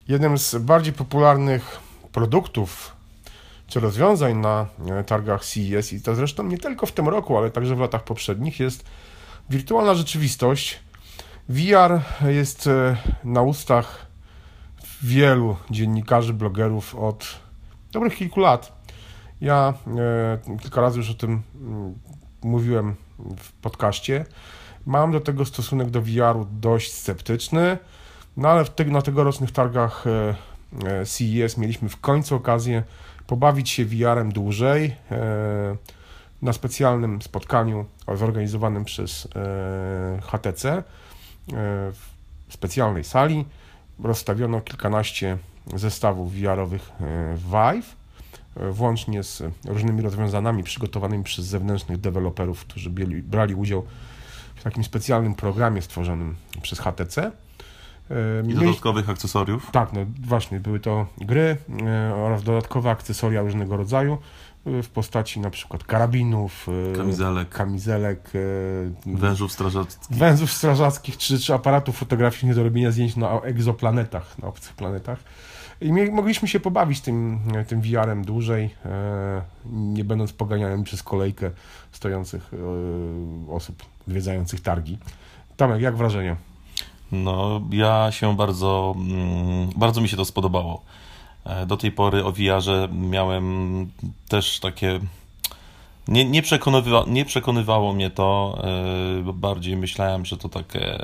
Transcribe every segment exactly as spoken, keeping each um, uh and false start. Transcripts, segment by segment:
Jednym z bardziej popularnych produktów czy rozwiązań na targach C E S i to zresztą nie tylko w tym roku, ale także w latach poprzednich jest wirtualna rzeczywistość. V R jest na ustach wielu dziennikarzy, blogerów od dobrych kilku lat. Ja e, kilka razy już o tym m, mówiłem w podcaście. Mam do tego stosunek do V R-u dość sceptyczny, no ale w te, na tegorocznych targach e, e, C E S mieliśmy w końcu okazję pobawić się V R-em dłużej e, na specjalnym spotkaniu zorganizowanym przez e, H T C e, w specjalnej sali. Rozstawiono kilkanaście zestawów V R-owych e, Vive, włącznie z różnymi rozwiązaniami przygotowanymi przez zewnętrznych deweloperów, którzy byli, brali udział w takim specjalnym programie stworzonym przez H T C. I dodatkowych akcesoriów? Tak, no właśnie, były to gry oraz dodatkowe akcesoria różnego rodzaju w postaci na przykład karabinów, kamizelek, kamizelek wężów strażackich, węzów strażackich czy, czy aparatów fotograficznych do robienia zdjęć na egzoplanetach, na obcych planetach. I mogliśmy się pobawić tym, tym V R-em dłużej, nie będąc poganianym przez kolejkę stojących osób odwiedzających targi. Tomek, jak wrażenia? No, ja się bardzo, bardzo mi się to spodobało. Do tej pory o V R-ze miałem też takie... Nie, nie, przekonywa, nie przekonywało mnie to, bardziej myślałem, że to takie...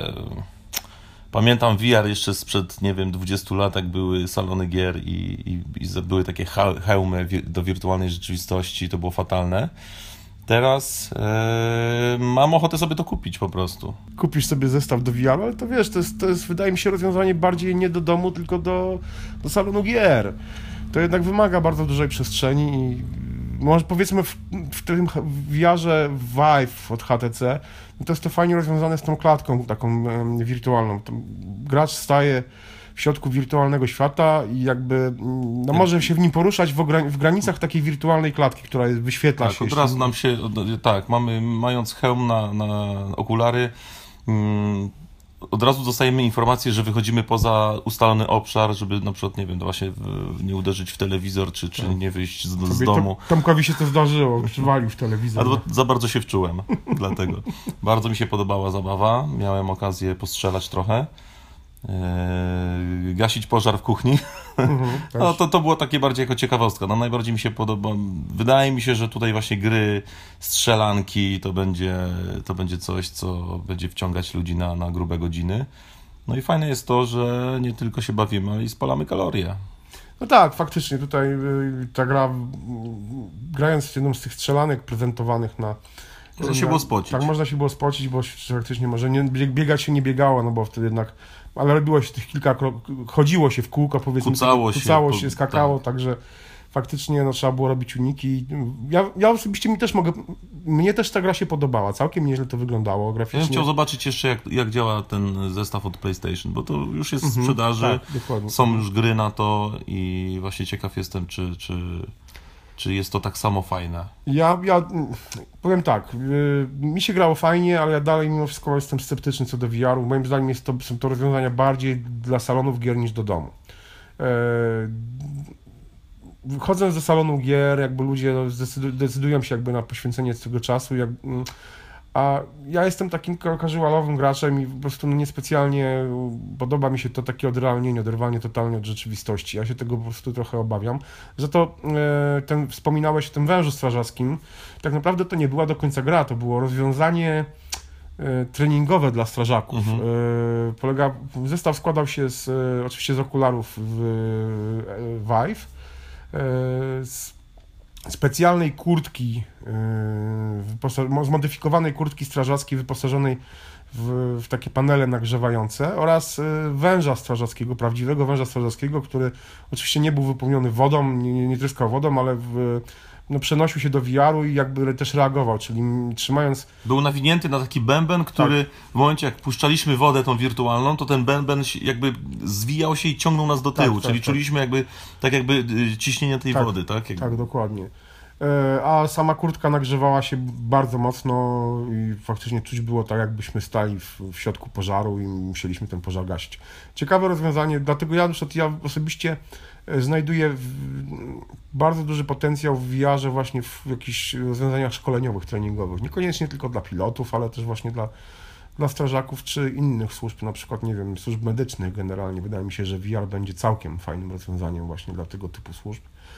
Pamiętam V R jeszcze sprzed, nie wiem, dwudziestu lat, jak były salony gier i, i, i były takie hełmy do wirtualnej rzeczywistości, to było fatalne. Teraz e, mam ochotę sobie to kupić po prostu. Kupisz sobie zestaw do V R, ale to wiesz, to jest, to jest wydaje mi się rozwiązanie bardziej nie do domu, tylko do, do salonu gier. To jednak wymaga bardzo dużej przestrzeni i może powiedzmy w, w tym V R-ze Vive od H T C, no to jest to fajnie rozwiązane z tą klatką taką um, wirtualną. Tam gracz staje w środku wirtualnego świata i jakby no, może się w nim poruszać w, ogra- w granicach takiej wirtualnej klatki, która jest, wyświetla tak, się. Od razu nam się, tak, mamy, mając hełm na, na okulary, mm, od razu dostajemy informację, że wychodzimy poza ustalony obszar, żeby na przykład, nie wiem, no właśnie nie uderzyć w telewizor, czy, czy nie wyjść z, z domu. Tomkowi się to zdarzyło, przywalił w telewizor. Albo za bardzo się wczułem, dlatego. Bardzo mi się podobała zabawa, miałem okazję postrzelać trochę, eee, gasić pożar w kuchni. Mhm, no to, to było takie bardziej jako ciekawostka. No, najbardziej mi się podoba, wydaje mi się, że tutaj właśnie gry, strzelanki to będzie, to będzie coś, co będzie wciągać ludzi na, na grube godziny. No i fajne jest to, że nie tylko się bawimy, ale i spalamy kalorie. No tak, faktycznie tutaj ta gra, grając w jedną z tych strzelanek prezentowanych na... Można się było spocić. Tak, można się było spocić, bo faktycznie może nie, biegać się nie biegało, no bo wtedy jednak, ale robiło się tych kilka kroków, chodziło się w kółko, powiedzmy, kucało, kucało się, się, skakało, tak. Także faktycznie no, trzeba było robić uniki. Ja, ja osobiście mi też mogę, mnie też ta gra się podobała, całkiem nieźle to wyglądało graficznie. Ja bym chciał zobaczyć jeszcze, jak, jak działa ten zestaw od PlayStation, bo to już jest w sprzedaży, mhm, tak, są już gry na to i właśnie ciekaw jestem, czy... czy... Czy jest to tak samo fajne? Ja, ja powiem tak, yy, mi się grało fajnie, ale ja dalej mimo wszystko jestem sceptyczny co do V R-u. Moim zdaniem jest to, są to rozwiązania bardziej dla salonów gier niż do domu. Yy, Chodząc do salonu gier, jakby ludzie zdecydu- decydują się jakby na poświęcenie tego czasu, jak, yy, a ja jestem takim casualowym graczem i po prostu no, niespecjalnie podoba mi się to takie odrealnienie, oderwanie totalnie od rzeczywistości. Ja się tego po prostu trochę obawiam. Za to e, ten, wspominałeś o tym wężu strażackim. Tak naprawdę to nie była do końca gra, to było rozwiązanie e, treningowe dla strażaków. Mhm. E, polega, zestaw składał się z, e, oczywiście z okularów w, e, Vive, e, z specjalnej kurtki, yy, zmodyfikowanej kurtki strażackiej wyposażonej w, w takie panele nagrzewające oraz yy, węża strażackiego, prawdziwego węża strażackiego, który oczywiście nie był wypełniony wodą, nie, nie tryskał wodą, ale w, no, przenosił się do V R-u i jakby też reagował, czyli trzymając... Był nawinięty na taki bęben, który tak. w momencie jak puszczaliśmy wodę tą wirtualną, to ten bęben jakby zwijał się i ciągnął nas do tyłu, tak, czyli tak, czuliśmy tak. jakby tak jakby ciśnienie tej tak, wody, tak? Jakby... Tak, dokładnie. a sama kurtka nagrzewała się bardzo mocno i faktycznie czuć było tak, jakbyśmy stali w, w środku pożaru i musieliśmy ten pożar gasić. Ciekawe rozwiązanie, dlatego ja, ja osobiście znajduję bardzo duży potencjał w V R-ze właśnie w jakichś rozwiązaniach szkoleniowych, treningowych. Niekoniecznie tylko dla pilotów, ale też właśnie dla, dla strażaków czy innych służb, na przykład, nie wiem, służb medycznych generalnie. Wydaje mi się, że V R będzie całkiem fajnym rozwiązaniem właśnie dla tego typu służb.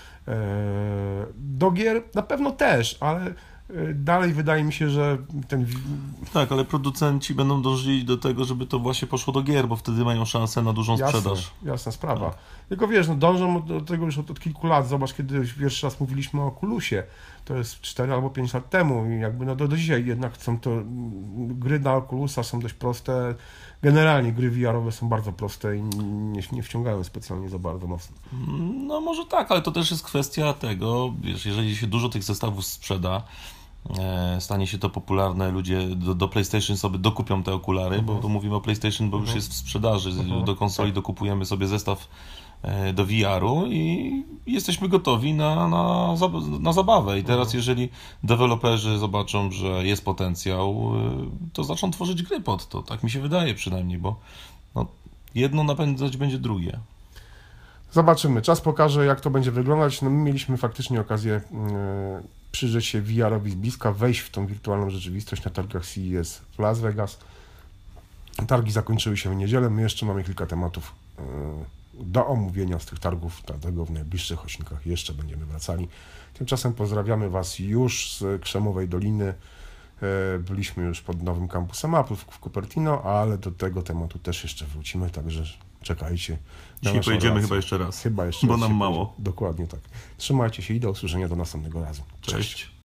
Do gier na pewno też, ale dalej wydaje mi się, że ten... Tak, ale producenci będą dążyli do tego, żeby to właśnie poszło do gier, bo wtedy mają szansę na dużą Jasne, sprzedaż. Jasna sprawa. Tak. Tylko wiesz, no dążą do tego już od, od kilku lat. Zobacz, kiedy pierwszy raz mówiliśmy o Oculusie, to jest cztery albo pięć lat temu i jakby no do, do dzisiaj jednak są to gry na Oculusa są dość proste. Generalnie gry V R-owe są bardzo proste i nie, nie wciągają specjalnie za bardzo mocno. No może tak, ale to też jest kwestia tego, wiesz, jeżeli się dużo tych zestawów sprzeda, stanie się to popularne, ludzie do, do PlayStation sobie dokupią te okulary, mhm. bo tu mówimy o PlayStation, bo mhm. już jest w sprzedaży, mhm. do konsoli tak. dokupujemy sobie zestaw do V R-u i jesteśmy gotowi na, na, na zabawę. I teraz mhm. jeżeli deweloperzy zobaczą, że jest potencjał, to zaczną tworzyć gry pod to. Tak mi się wydaje przynajmniej, bo no, jedno napędzać będzie drugie. Zobaczymy. Czas pokaże, jak to będzie wyglądać. No, my mieliśmy faktycznie okazję yy, przyjrzeć się V R-owi z bliska, wejść w tą wirtualną rzeczywistość na targach C E S w Las Vegas. Targi zakończyły się w niedzielę. My jeszcze mamy kilka tematów yy, do omówienia z tych targów, dlatego w najbliższych odcinkach jeszcze będziemy wracali. Tymczasem pozdrawiamy Was już z Krzemowej Doliny. Byliśmy już pod nowym kampusem Apple w Cupertino, ale do tego tematu też jeszcze wrócimy, także czekajcie. Dzisiaj pojedziemy relację. chyba jeszcze raz, chyba jeszcze bo raz nam mało. Dokładnie tak. Trzymajcie się i do usłyszenia do następnego razu. Cześć. Cześć.